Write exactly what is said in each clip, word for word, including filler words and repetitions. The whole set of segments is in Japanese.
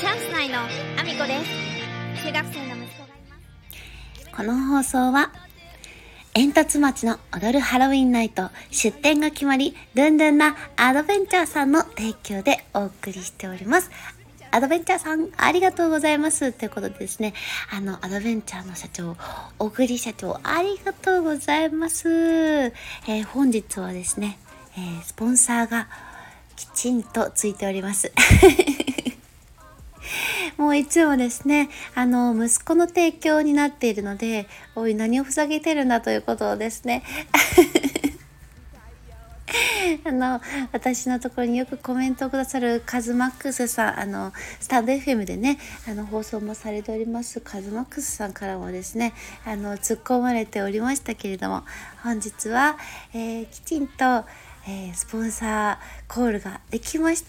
チャンス内のアミコです。中学生の息子がいます。 この放送は煙突町の踊るハロウィンナイト出店が決まりルンルンなアドベンチャーさんの提供でお送りしております。アドベンチャーさんありがとうございますということでですね、あのアドベンチャーの社長小栗社長ありがとうございます。えー、本日はですね、えー、スポンサーがきちんとついておりますもういつもですね、あの息子の提供になっているので、おい何をふざけてるんだということをですねあの私のところによくコメントをくださるカズマックスさん、あのスタンド エフエム でねあの放送もされておりますカズマックスさんからもですねあの突っ込まれておりましたけれども、本日は、えー、きちんとえー、スポンサーコールができました。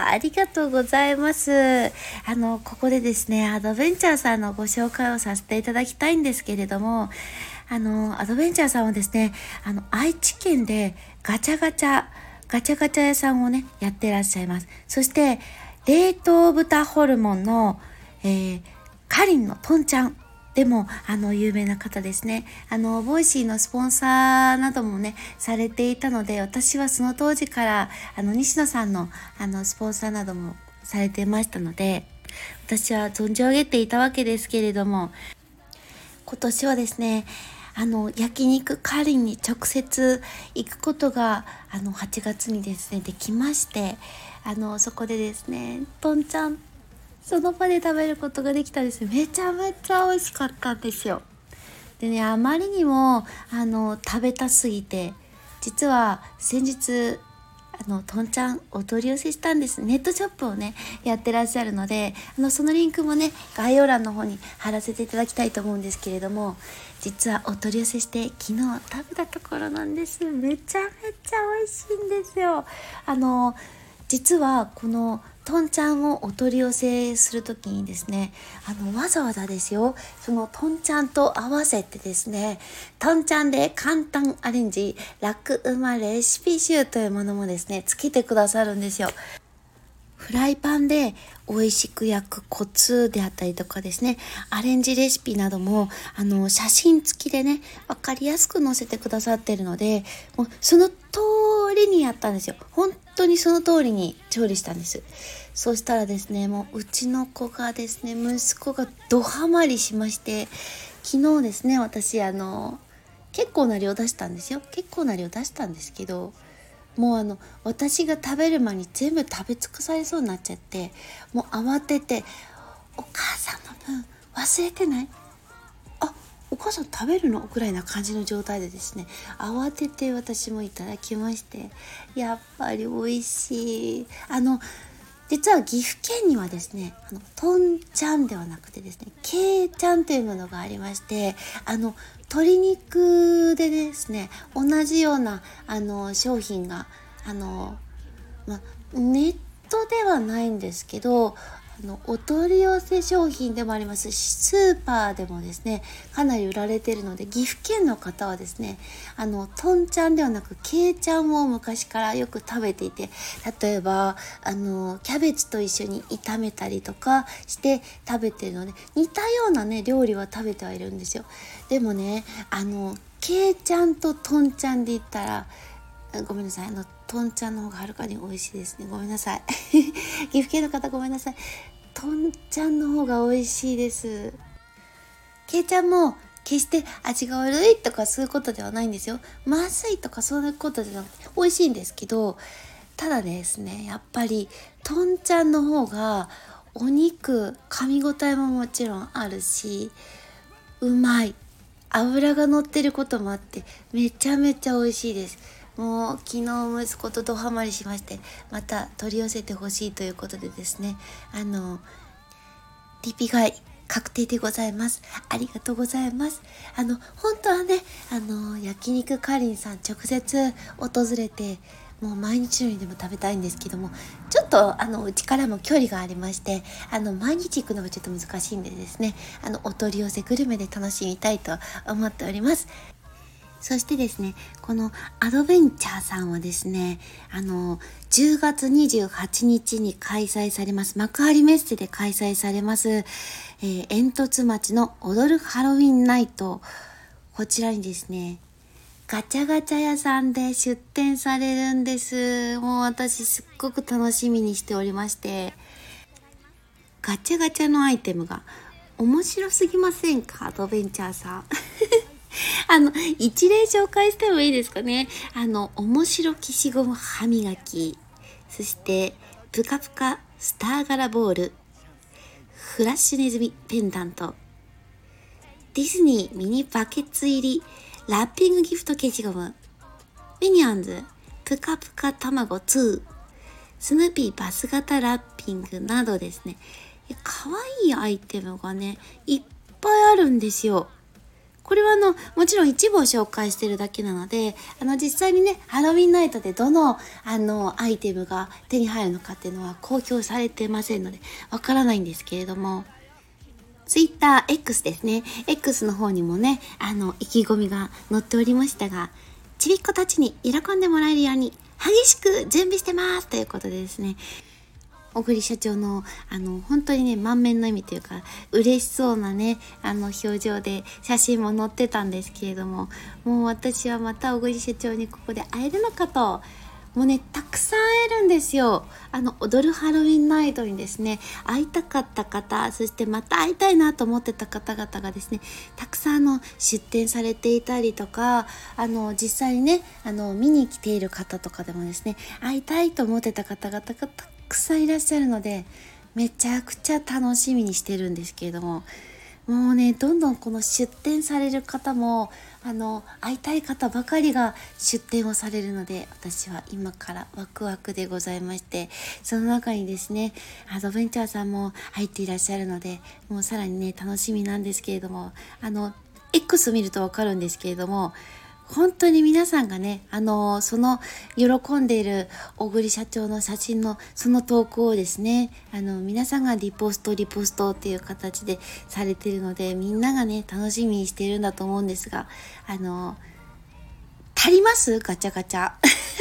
ありがとうございます。あのここでですねアドベンチャーさんのご紹介をさせていただきたいんですけれども、あのアドベンチャーさんはですねあの愛知県でガチャガチャガチャガチャ屋さんをねやってらっしゃいます。そして冷凍豚ホルモンの、えー、かりんのとんちゃんでもあの有名な方ですね。あのボイシーのスポンサーなどもねされていたので、私はその当時からあの西野さんのあのスポンサーなどもされていましたので、私は存じ上げていたわけですけれども、今年はですねあの焼肉かりんに直接行くことがあのはちがつにですねできまして、あのそこでですねとんちゃんその場で食べることができたんです。めちゃめちゃ美味しかったんですよ。でね、あまりにもあの食べたすぎて、実は先日あのとんちゃんお取り寄せしたんです。ネットショップをねやってらっしゃるので、あのそのリンクもね概要欄の方に貼らせていただきたいと思うんですけれども、実はお取り寄せして昨日食べたところなんです。めちゃめちゃ美味しいんですよ。あの実はこのとんちゃんをお取り寄せするときにですね、あのわざわざですよ、そのとんちゃんと合わせてですね、とんちゃんで簡単アレンジ楽うまレシピ集というものもですねつけてくださるんですよ。フライパンで美味しく焼くコツであったりとかですね、アレンジレシピなどもあの写真付きでね分かりやすく載せてくださってるので、もうその通りにやったんですよ。本当にその通りに調理したんです。そうしたらですね、もううちの子がですね息子がドハマりしまして、昨日ですね私あの結構な量出したんですよ。結構な量出したんですけど、もうあの私が食べる前に全部食べ尽くされそうになっちゃって、もう慌ててお母さんの分忘れてない？あ、お母さん食べるの？ぐらいな感じの状態でですね、慌てて私もいただきまして、やっぱり美味しい。あの実は岐阜県にはですね、あのとんちゃんではなくてですね、けいちゃんというものがありまして、あの鶏肉でですね、同じようなあの商品があの、ま、ネットではないんですけど、あのお取り寄せ商品でもありますし、スーパーでもですねかなり売られているので、岐阜県の方はですねあのとんちゃんではなくけいちゃんを昔からよく食べていて、例えばあのキャベツと一緒に炒めたりとかして食べているので、似たようなね料理は食べてはいるんですよ。でもねあのけいちゃんととんちゃんで言ったら、ごめんなさい、あのとんちゃんの方がはるかに美味しいですね。ごめんなさい岐阜県の方ごめんなさい。とんちゃんの方が美味しいです。けいちゃんも決して味が悪いとかそういうことではないんですよ。まずいとかそういうことじゃなくて美味しいんですけど、ただですねやっぱりとんちゃんの方がお肉噛み応えももちろんあるし、うまい、脂が乗ってることもあってめちゃめちゃ美味しいです。もう昨日息子とドハマりしまして、また取り寄せてほしいということでですね、あのリピ買い確定でございます。ありがとうございます。あの本当はねあの焼肉かりんさん直接訪れてもう毎日のようにでも食べたいんですけども、ちょっとあのうちからも距離がありまして、あの毎日行くのがちょっと難しいんでですね、あのお取り寄せグルメで楽しみたいと思っております。 そしてですね、このアドベンチャーさんはですね、あの、じゅうがつにじゅうはちにちに開催されます、幕張メッセで開催されます、えー、煙突町の踊るハロウィンナイト、こちらにですね、ガチャガチャ屋さんで出店されるんです。もう私すっごく楽しみにしておりまして、ガチャガチャのアイテムが面白すぎませんか、アドベンチャーさん。あの、一例紹介してもいいですかね。あの、面白消しゴム歯磨き、そして、ぷかぷかスター柄ボール、フラッシュネズミペンダント、ディズニーミニバケツ入りラッピングギフト消しゴム、ミニオンズぷかぷか卵に、スヌーピーバス型ラッピングなどですね、かわいいアイテムがね、いっぱいあるんですよ。これはあの、もちろん一部を紹介してるだけなので、あの実際にね、ハロウィンナイトでどのあのアイテムが手に入るのかっていうのは公表されてませんので、わからないんですけれども、ツイッター X ですね。X の方にもね、あの、意気込みが載っておりましたが、ちびっ子たちに喜んでもらえるように激しく準備してますということでですね、小栗社長のあの本当にね、満面の意味というか嬉しそうなね、あの表情で写真も載ってたんですけれども、もう私はまた小栗社長にここで会えるのかと、もうね、たくさん会えるんですよ。あの踊るハロウィンナイトにですね、会いたかった方、そしてまた会いたいなと思ってた方々がですね、たくさんの出展されていたりとか、あの実際にね、あの見に来ている方とかでもですね、会いたいと思ってた方々がたくさんいらっしゃるので、めちゃくちゃ楽しみにしてるんですけれども、もうね、どんどんこの出展される方も、あの会いたい方ばかりが出展をされるので、私は今からワクワクでございまして、その中にですね、アドベンチャーさんも入っていらっしゃるので、もうさらにね、楽しみなんですけれども、あの X 見るとわかるんですけれども、本当に皆さんがね、あのその喜んでいる小栗社長の写真のその投稿をですね、あの皆さんがリポストリポストっていう形でされているので、みんながね、楽しみにしているんだと思うんですが、あの足ります？ガチャガチャ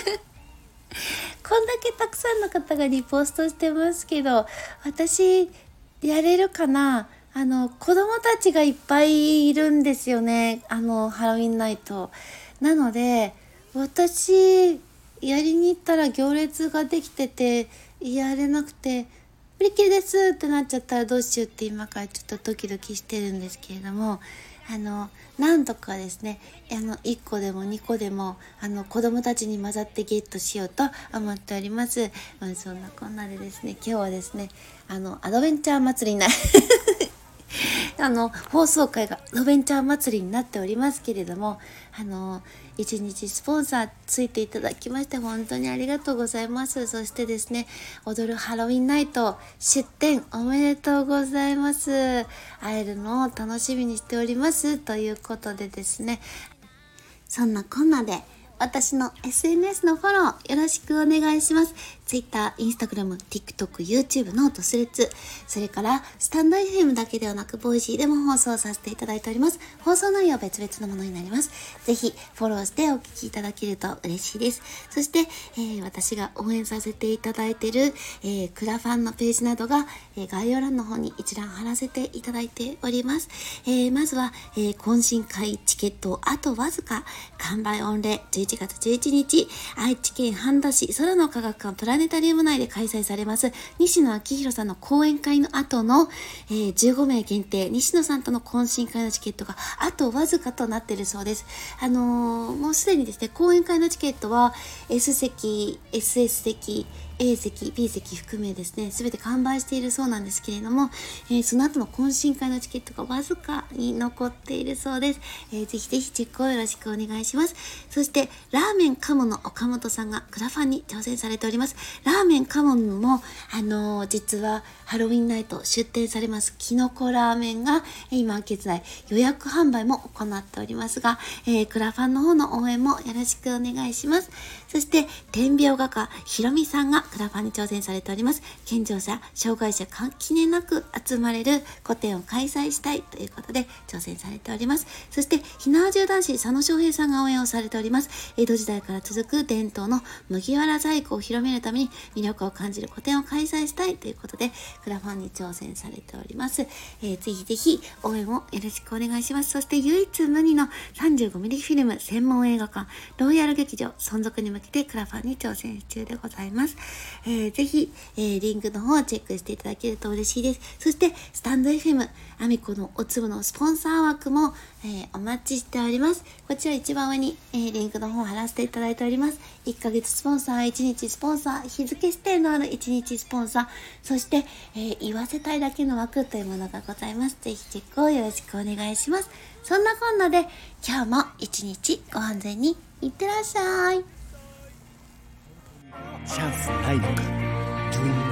こんだけたくさんの方がリポストしてますけど、私やれるかな？あの子供たちがいっぱいいるんですよね、あのハロウィンナイトなので、私やりに行ったら行列ができててやれなくて売り切れですってなっちゃったらどうしようって今からちょっとドキドキしてるんですけれども、あのなんとかですね、あのいっこでもにこでもあの子供たちに混ざってゲットしようと思っております。まあ、そんなこんなでですね、今日はですね、あのアドベンチャー祭りになあの放送回がアドベンチャー祭りになっておりますけれども、あの一日スポンサーついていただきまして本当にありがとうございます。そしてですね、踊るハロウィンナイト出展おめでとうございます。会えるのを楽しみにしておりますということでですね、そんなこんなで私の エスエヌエス のフォローよろしくお願いします。Twitter、Instagram、TikTok、YouTube、ノート、スレッズ、それからスタンド エフエム だけではなくボイシーでも放送させていただいております。放送内容は別々のものになります。ぜひフォローしてお聞きいただけると嬉しいです。そして、えー、私が応援させていただいている、えー、クラファンのページなどが、えー、概要欄の方に一覧貼らせていただいております。えー、まずは、えー、懇親会チケットあとわずか、完売御礼じゅういちがつじゅういちにち、愛知県半田市空の科学館プラネタリウム内で開催されます西野昭弘さんの講演会の後の、えー、じゅうごめい限定西野さんとの懇親会のチケットがあとわずかとなっているそうです。あのー、もうすでにですね、講演会のチケットは S 席、エスエス 席、A 席、B 席含めですね、すべて完売しているそうなんですけれども、えー、その後の懇親会のチケットがわずかに残っているそうです。えー、ぜひぜひチェックをよろしくお願いします。そしてラーメンカモの岡本さんがクラファンに挑戦されております。ラーメンカモンもあのー、実はハロウィンナイト出店されますきのこラーメンが今現在予約販売も行っておりますが、えー、クラファンの方の応援もよろしくお願いします。そして天描画家ひろみさんがクラファンに挑戦されております。健常者、障害者関係なく集まれる個展を開催したいということで挑戦されております。そして火縄銃男子佐野翔平さんが応援をされております。江戸時代から続く伝統の麦わら細工を広めるために魅力を感じる個展を開催したいということでクラファンに挑戦されております。えー、ぜひぜひ応援をよろしくお願いします。そして唯一無二の さんじゅうごミリ フィルム専門映画館ロイヤル劇場存続に向けてクラファンに挑戦中でございます。えー、ぜひ、えー、リンクの方をチェックしていただけると嬉しいです。そしてスタンド エフエム アミコのおつむのスポンサー枠も、えー、お待ちしております。こちら一番上に、えー、リンクの方を貼らせていただいております。いっかげつスポンサー、いちにちスポンサー、日付指定のあるいちにちスポンサー、そして、えー、言わせたいだけの枠というものがございます。ぜひチェックをよろしくお願いします。そんなこんなで今日も一日ご安全にいってらっしゃい。 チャンスないのか Dream